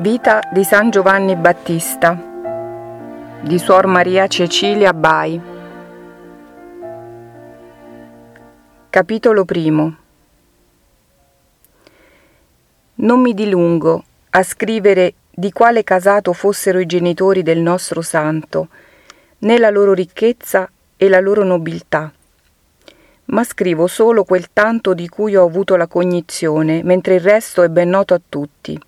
Vita di San Giovanni Battista di Suor Maria Cecilia Bai. Capitolo primo. Non mi dilungo a scrivere di quale casato fossero i genitori del nostro santo, né la loro ricchezza e la loro nobiltà, ma scrivo solo quel tanto di cui ho avuto la cognizione, mentre il resto è ben noto a tutti.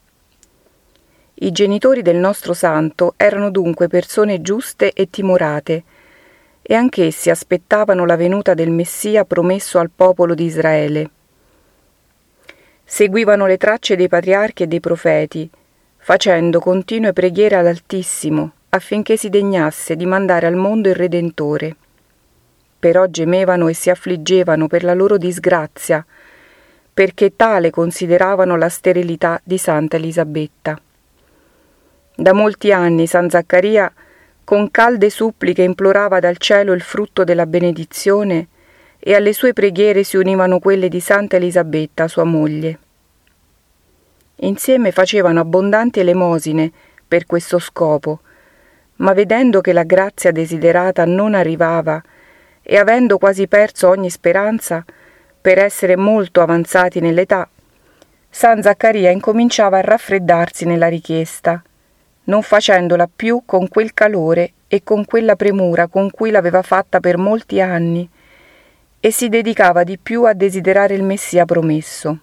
I genitori del nostro santo erano dunque persone giuste e timorate, e anch'essi aspettavano la venuta del Messia promesso al popolo di Israele. Seguivano le tracce dei patriarchi e dei profeti, facendo continue preghiere all'Altissimo affinché si degnasse di mandare al mondo il Redentore. Però gemevano e si affliggevano per la loro disgrazia, perché tale consideravano la sterilità di Santa Elisabetta. Da molti anni San Zaccaria con calde suppliche implorava dal cielo il frutto della benedizione e alle sue preghiere si univano quelle di Santa Elisabetta, sua moglie. Insieme facevano abbondanti elemosine per questo scopo, ma vedendo che la grazia desiderata non arrivava e avendo quasi perso ogni speranza per essere molto avanzati nell'età, San Zaccaria incominciava a raffreddarsi nella richiesta, non facendola più con quel calore e con quella premura con cui l'aveva fatta per molti anni, e si dedicava di più a desiderare il Messia promesso.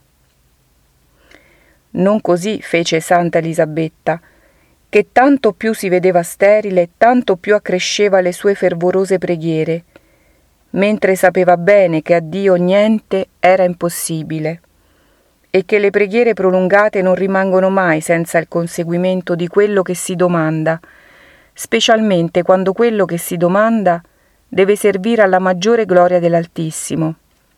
Non così fece Santa Elisabetta, che tanto più si vedeva sterile, tanto più accresceva le sue fervorose preghiere, mentre sapeva bene che a Dio niente era impossibile, e che le preghiere prolungate non rimangono mai senza il conseguimento di quello che si domanda, specialmente quando quello che si domanda deve servire alla maggiore gloria dell'Altissimo.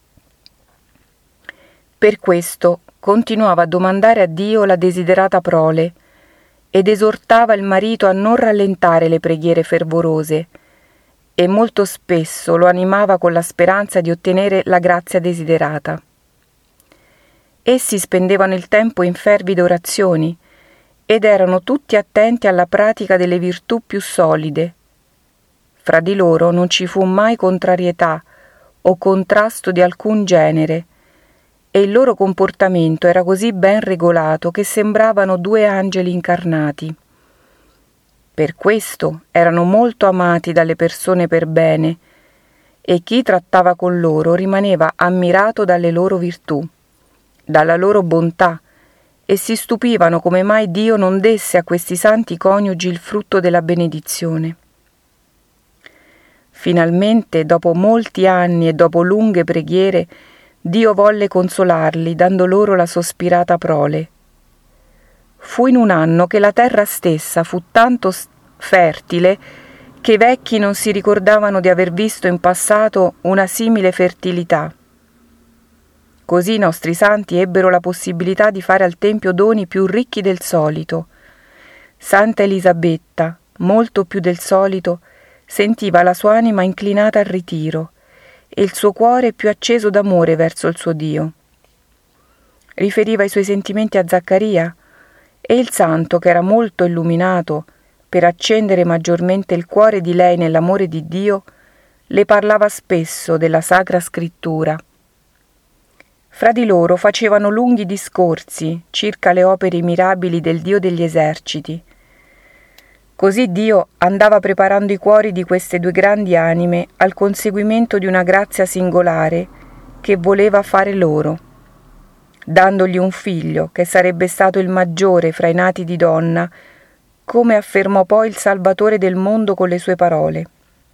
Per questo continuava a domandare a Dio la desiderata prole ed esortava il marito a non rallentare le preghiere fervorose, e molto spesso lo animava con la speranza di ottenere la grazia desiderata. Essi spendevano il tempo in fervide orazioni ed erano tutti attenti alla pratica delle virtù più solide. Fra di loro non ci fu mai contrarietà o contrasto di alcun genere, e il loro comportamento era così ben regolato che sembravano due angeli incarnati. Per questo erano molto amati dalle persone per bene, e chi trattava con loro rimaneva ammirato dalle loro virtù, dalla loro bontà, e si stupivano come mai Dio non desse a questi santi coniugi il frutto della benedizione. Finalmente, dopo molti anni e dopo lunghe preghiere, Dio volle consolarli, dando loro la sospirata prole. Fu in un anno che la terra stessa fu tanto fertile che i vecchi non si ricordavano di aver visto in passato una simile fertilità. Così i nostri santi ebbero la possibilità di fare al Tempio doni più ricchi del solito. Santa Elisabetta, molto più del solito, sentiva la sua anima inclinata al ritiro e il suo cuore più acceso d'amore verso il suo Dio. Riferiva i suoi sentimenti a Zaccaria, e il santo, che era molto illuminato per accendere maggiormente il cuore di lei nell'amore di Dio, le parlava spesso della Sacra Scrittura. Fra di loro facevano lunghi discorsi circa le opere mirabili del Dio degli eserciti. Così Dio andava preparando i cuori di queste due grandi anime al conseguimento di una grazia singolare che voleva fare loro, dandogli un figlio che sarebbe stato il maggiore fra i nati di donna, come affermò poi il Salvatore del mondo con le sue parole.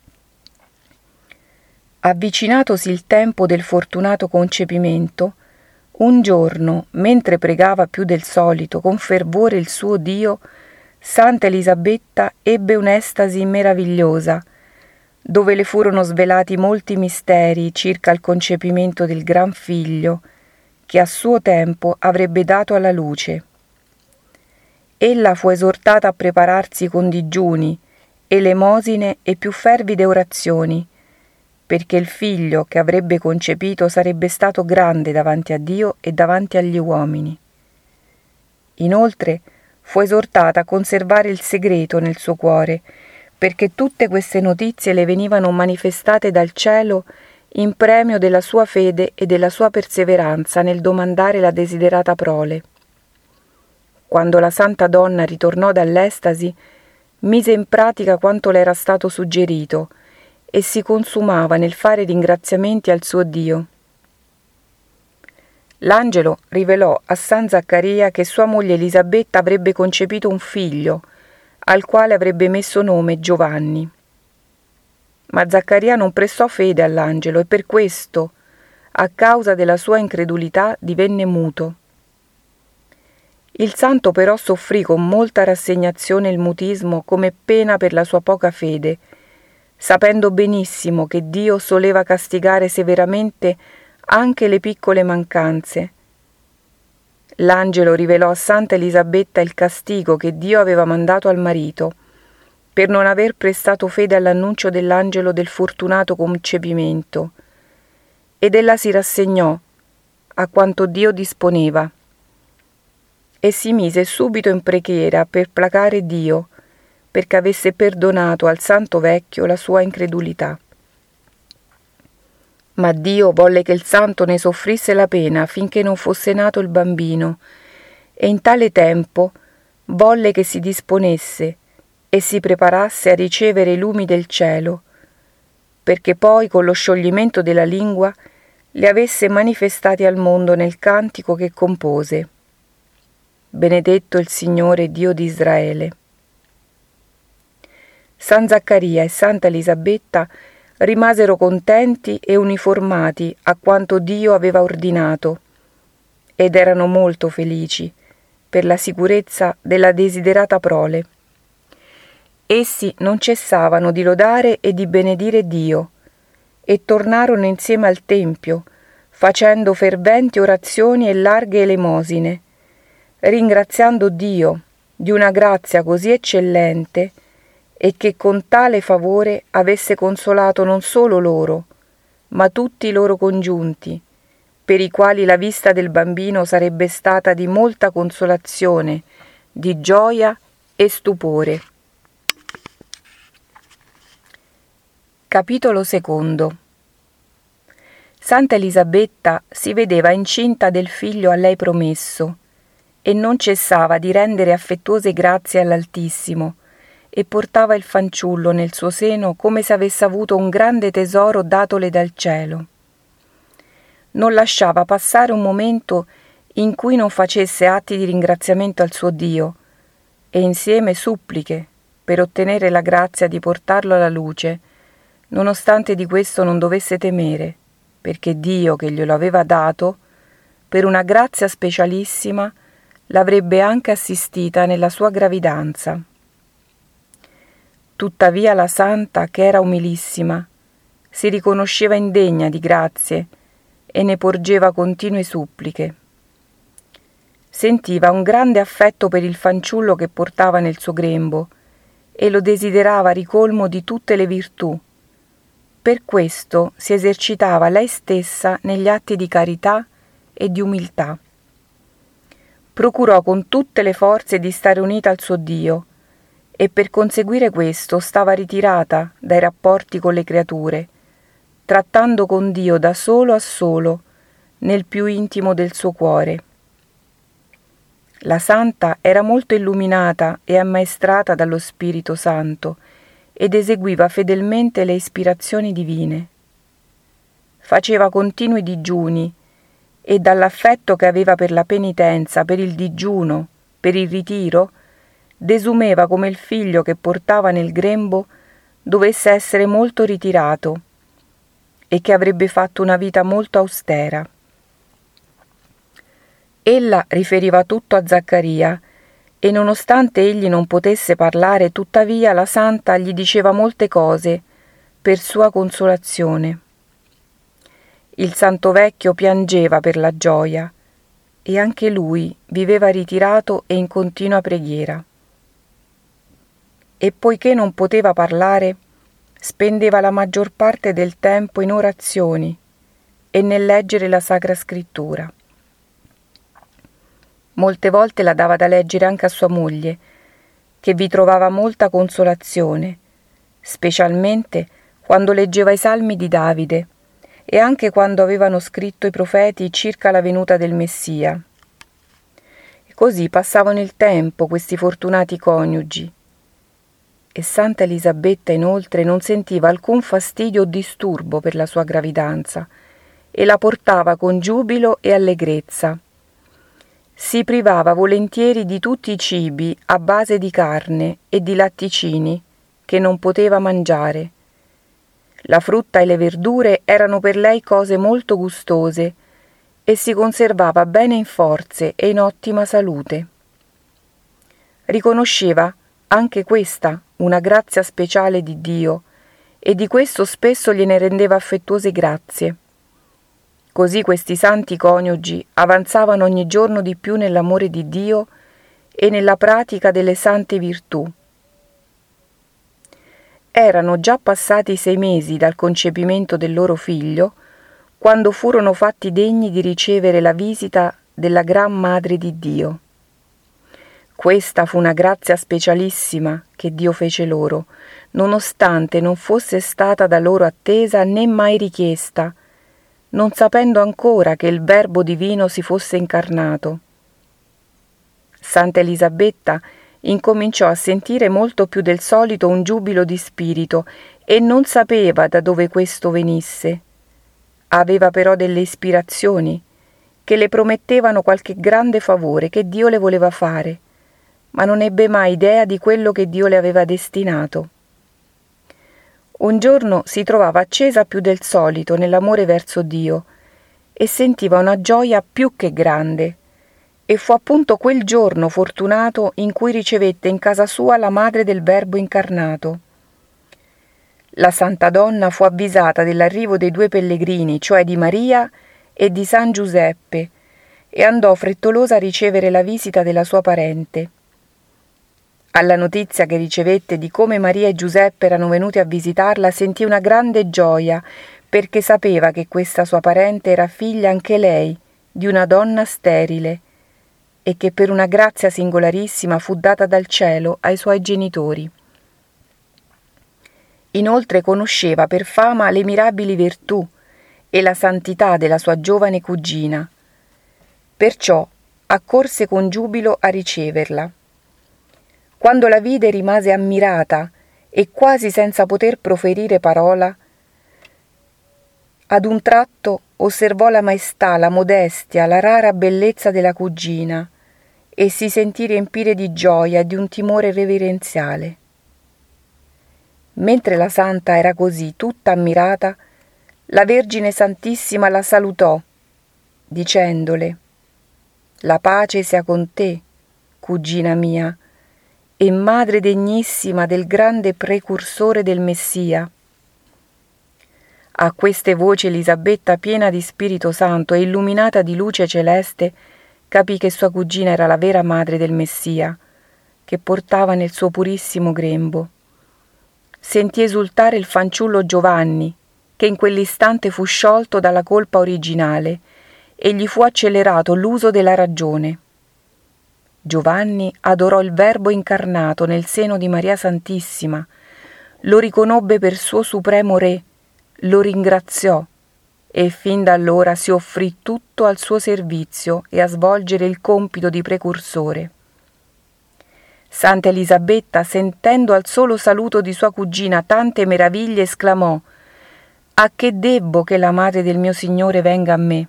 Avvicinatosi il tempo del fortunato concepimento, un giorno, mentre pregava più del solito con fervore il suo Dio, Santa Elisabetta ebbe un'estasi meravigliosa, dove le furono svelati molti misteri circa il concepimento del gran figlio, che a suo tempo avrebbe dato alla luce. Ella fu esortata a prepararsi con digiuni, elemosine e più fervide orazioni, perché il figlio che avrebbe concepito sarebbe stato grande davanti a Dio e davanti agli uomini. Inoltre fu esortata a conservare il segreto nel suo cuore, perché tutte queste notizie le venivano manifestate dal cielo in premio della sua fede e della sua perseveranza nel domandare la desiderata prole. Quando la santa donna ritornò dall'estasi, mise in pratica quanto le era stato suggerito e si consumava nel fare ringraziamenti al suo Dio. L'angelo rivelò a San Zaccaria che sua moglie Elisabetta avrebbe concepito un figlio, al quale avrebbe messo nome Giovanni. Ma Zaccaria non prestò fede all'angelo e per questo, a causa della sua incredulità, divenne muto. Il santo però soffrì con molta rassegnazione il mutismo come pena per la sua poca fede, sapendo benissimo che Dio soleva castigare severamente anche le piccole mancanze. L'angelo rivelò a Santa Elisabetta il castigo che Dio aveva mandato al marito per non aver prestato fede all'annuncio dell'angelo del fortunato concepimento, ed ella si rassegnò a quanto Dio disponeva e si mise subito in preghiera per placare Dio, perché avesse perdonato al santo vecchio la sua incredulità. Ma Dio volle che il santo ne soffrisse la pena finché non fosse nato il bambino, e in tale tempo volle che si disponesse e si preparasse a ricevere i lumi del cielo, perché poi con lo scioglimento della lingua li avesse manifestati al mondo nel cantico che compose. Benedetto il Signore Dio di Israele. San Zaccaria e Santa Elisabetta rimasero contenti e uniformati a quanto Dio aveva ordinato, ed erano molto felici per la sicurezza della desiderata prole. Essi non cessavano di lodare e di benedire Dio, e tornarono insieme al Tempio, facendo ferventi orazioni e larghe elemosine, ringraziando Dio di una grazia così eccellente e che con tale favore avesse consolato non solo loro, ma tutti i loro congiunti, per i quali la vista del bambino sarebbe stata di molta consolazione, di gioia e stupore. Capitolo secondo. Santa Elisabetta si vedeva incinta del figlio a lei promesso e non cessava di rendere affettuose grazie all'Altissimo e portava il fanciullo nel suo seno come se avesse avuto un grande tesoro datole dal cielo. Non lasciava passare un momento in cui non facesse atti di ringraziamento al suo Dio e insieme suppliche per ottenere la grazia di portarlo alla luce, nonostante di questo non dovesse temere, perché Dio che glielo aveva dato, per una grazia specialissima, l'avrebbe anche assistita nella sua gravidanza. Tuttavia la santa, che era umilissima, si riconosceva indegna di grazie e ne porgeva continue suppliche. Sentiva un grande affetto per il fanciullo che portava nel suo grembo e lo desiderava ricolmo di tutte le virtù. Per questo si esercitava lei stessa negli atti di carità e di umiltà. Procurò con tutte le forze di stare unita al suo Dio e per conseguire questo stava ritirata dai rapporti con le creature, trattando con Dio da solo a solo, nel più intimo del suo cuore. La santa era molto illuminata e ammaestrata dallo Spirito Santo ed eseguiva fedelmente le ispirazioni divine. Faceva continui digiuni e dall'affetto che aveva per la penitenza, per il digiuno, per il ritiro, desumeva come il figlio che portava nel grembo dovesse essere molto ritirato e che avrebbe fatto una vita molto austera. Ella riferiva tutto a Zaccaria e nonostante egli non potesse parlare, tuttavia la santa gli diceva molte cose per sua consolazione. Il santo vecchio piangeva per la gioia e anche lui viveva ritirato e in continua preghiera. E poiché non poteva parlare, spendeva la maggior parte del tempo in orazioni e nel leggere la Sacra Scrittura. Molte volte la dava da leggere anche a sua moglie, che vi trovava molta consolazione, specialmente quando leggeva i salmi di Davide e anche quando avevano scritto i profeti circa la venuta del Messia. E così passavano il tempo questi fortunati coniugi. E Santa Elisabetta inoltre non sentiva alcun fastidio o disturbo per la sua gravidanza e la portava con giubilo e allegrezza. Si privava volentieri di tutti i cibi a base di carne e di latticini che non poteva mangiare. La frutta e le verdure erano per lei cose molto gustose e si conservava bene in forze e in ottima salute. Riconosceva anche questa una grazia speciale di Dio e di questo spesso gliene rendeva affettuose grazie. Così questi santi coniugi avanzavano ogni giorno di più nell'amore di Dio e nella pratica delle sante virtù. Erano già passati 6 mesi dal concepimento del loro figlio, quando furono fatti degni di ricevere la visita della Gran Madre di Dio. Questa fu una grazia specialissima che Dio fece loro, nonostante non fosse stata da loro attesa né mai richiesta, non sapendo ancora che il Verbo divino si fosse incarnato. Santa Elisabetta incominciò a sentire molto più del solito un giubilo di spirito e non sapeva da dove questo venisse. Aveva però delle ispirazioni che le promettevano qualche grande favore che Dio le voleva fare, ma non ebbe mai idea di quello che Dio le aveva destinato. Un giorno si trovava accesa più del solito nell'amore verso Dio e sentiva una gioia più che grande, e fu appunto quel giorno fortunato in cui ricevette in casa sua la madre del Verbo incarnato. La Santa Donna fu avvisata dell'arrivo dei 2 pellegrini, cioè di Maria e di San Giuseppe, e andò frettolosa a ricevere la visita della sua parente. Alla notizia che ricevette di come Maria e Giuseppe erano venuti a visitarla, sentì una grande gioia, perché sapeva che questa sua parente era figlia anche lei di una donna sterile e che per una grazia singolarissima fu data dal cielo ai suoi genitori. Inoltre conosceva per fama le mirabili virtù e la santità della sua giovane cugina. Perciò accorse con giubilo a riceverla. Quando la vide rimase ammirata e quasi senza poter proferire parola. Ad un tratto osservò la maestà, la modestia, la rara bellezza della cugina e si sentì riempire di gioia e di un timore reverenziale. Mentre la santa era così, tutta ammirata, la Vergine Santissima la salutò, dicendole: «La pace sia con te, cugina mia, e madre degnissima del grande precursore del Messia». A queste voci Elisabetta, piena di Spirito Santo e illuminata di luce celeste, capì che sua cugina era la vera madre del Messia, che portava nel suo purissimo grembo. Sentì esultare il fanciullo Giovanni, che in quell'istante fu sciolto dalla colpa originale e gli fu accelerato l'uso della ragione. Giovanni adorò il Verbo incarnato nel seno di Maria Santissima, lo riconobbe per suo supremo Re, lo ringraziò e fin da allora si offrì tutto al suo servizio e a svolgere il compito di precursore. Santa Elisabetta, sentendo al solo saluto di sua cugina tante meraviglie, esclamò: «A che debbo che la madre del mio Signore venga a me?»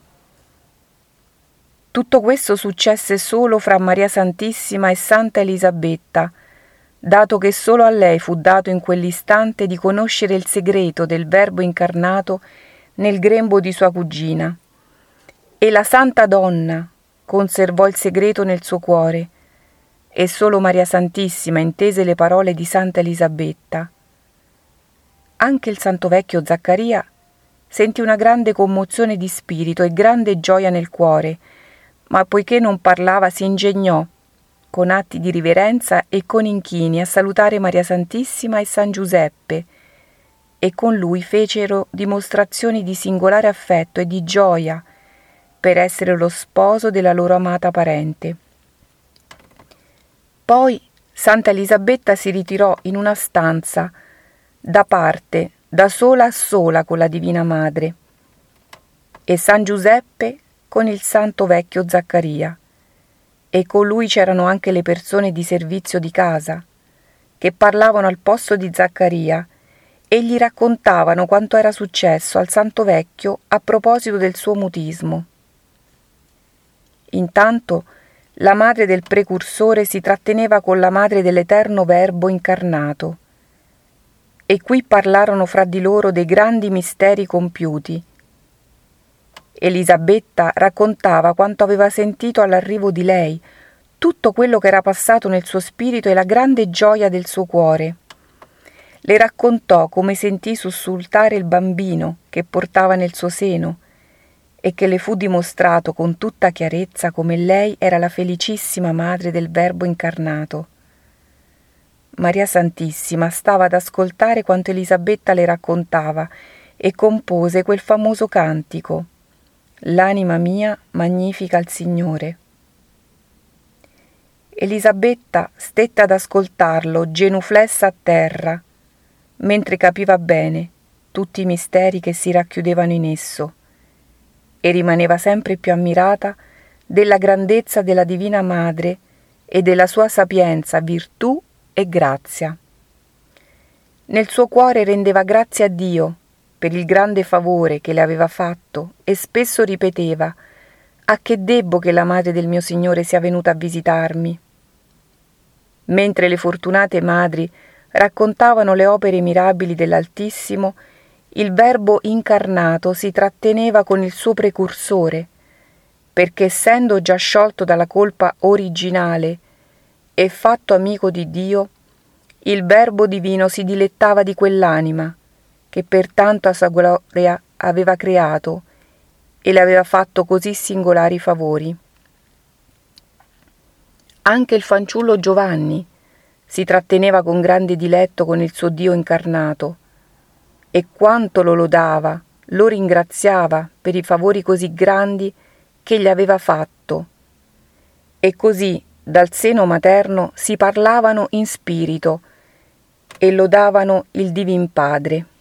Tutto questo successe solo fra Maria Santissima e Santa Elisabetta, dato che solo a lei fu dato in quell'istante di conoscere il segreto del Verbo incarnato nel grembo di sua cugina. E la Santa Donna conservò il segreto nel suo cuore, e solo Maria Santissima intese le parole di Santa Elisabetta. Anche il Santo Vecchio Zaccaria sentì una grande commozione di spirito e grande gioia nel cuore, ma poiché non parlava si ingegnò, con atti di riverenza e con inchini, a salutare Maria Santissima e San Giuseppe, e con lui fecero dimostrazioni di singolare affetto e di gioia, per essere lo sposo della loro amata parente. Poi Santa Elisabetta si ritirò in una stanza, da parte, da sola a sola con la Divina Madre, e San Giuseppe con il santo vecchio Zaccaria, e con lui c'erano anche le persone di servizio di casa, che parlavano al posto di Zaccaria e gli raccontavano quanto era successo al santo vecchio a proposito del suo mutismo. Intanto la madre del precursore si tratteneva con la madre dell'Eterno Verbo incarnato, e qui parlarono fra di loro dei grandi misteri compiuti. Elisabetta raccontava quanto aveva sentito all'arrivo di lei, tutto quello che era passato nel suo spirito e la grande gioia del suo cuore. Le raccontò come sentì sussultare il bambino che portava nel suo seno e che le fu dimostrato con tutta chiarezza come lei era la felicissima madre del Verbo incarnato. Maria Santissima stava ad ascoltare quanto Elisabetta le raccontava e compose quel famoso cantico: «L'anima mia magnifica il Signore». Elisabetta stette ad ascoltarlo, genuflessa a terra, mentre capiva bene tutti i misteri che si racchiudevano in esso, e rimaneva sempre più ammirata della grandezza della Divina Madre e della sua sapienza, virtù e grazia. Nel suo cuore rendeva grazie a Dio per il grande favore che le aveva fatto e spesso ripeteva: «A che debbo che la madre del mio Signore sia venuta a visitarmi?» Mentre le fortunate madri raccontavano le opere mirabili dell'Altissimo, il Verbo incarnato si tratteneva con il suo precursore, perché essendo già sciolto dalla colpa originale e fatto amico di Dio, il Verbo divino si dilettava di quell'anima che pertanto a sua gloria aveva creato e le aveva fatto così singolari favori. Anche il fanciullo Giovanni si tratteneva con grande diletto con il suo Dio incarnato, e quanto lo lodava, lo ringraziava per i favori così grandi che gli aveva fatto. E così dal seno materno si parlavano in spirito e lodavano il Divin Padre.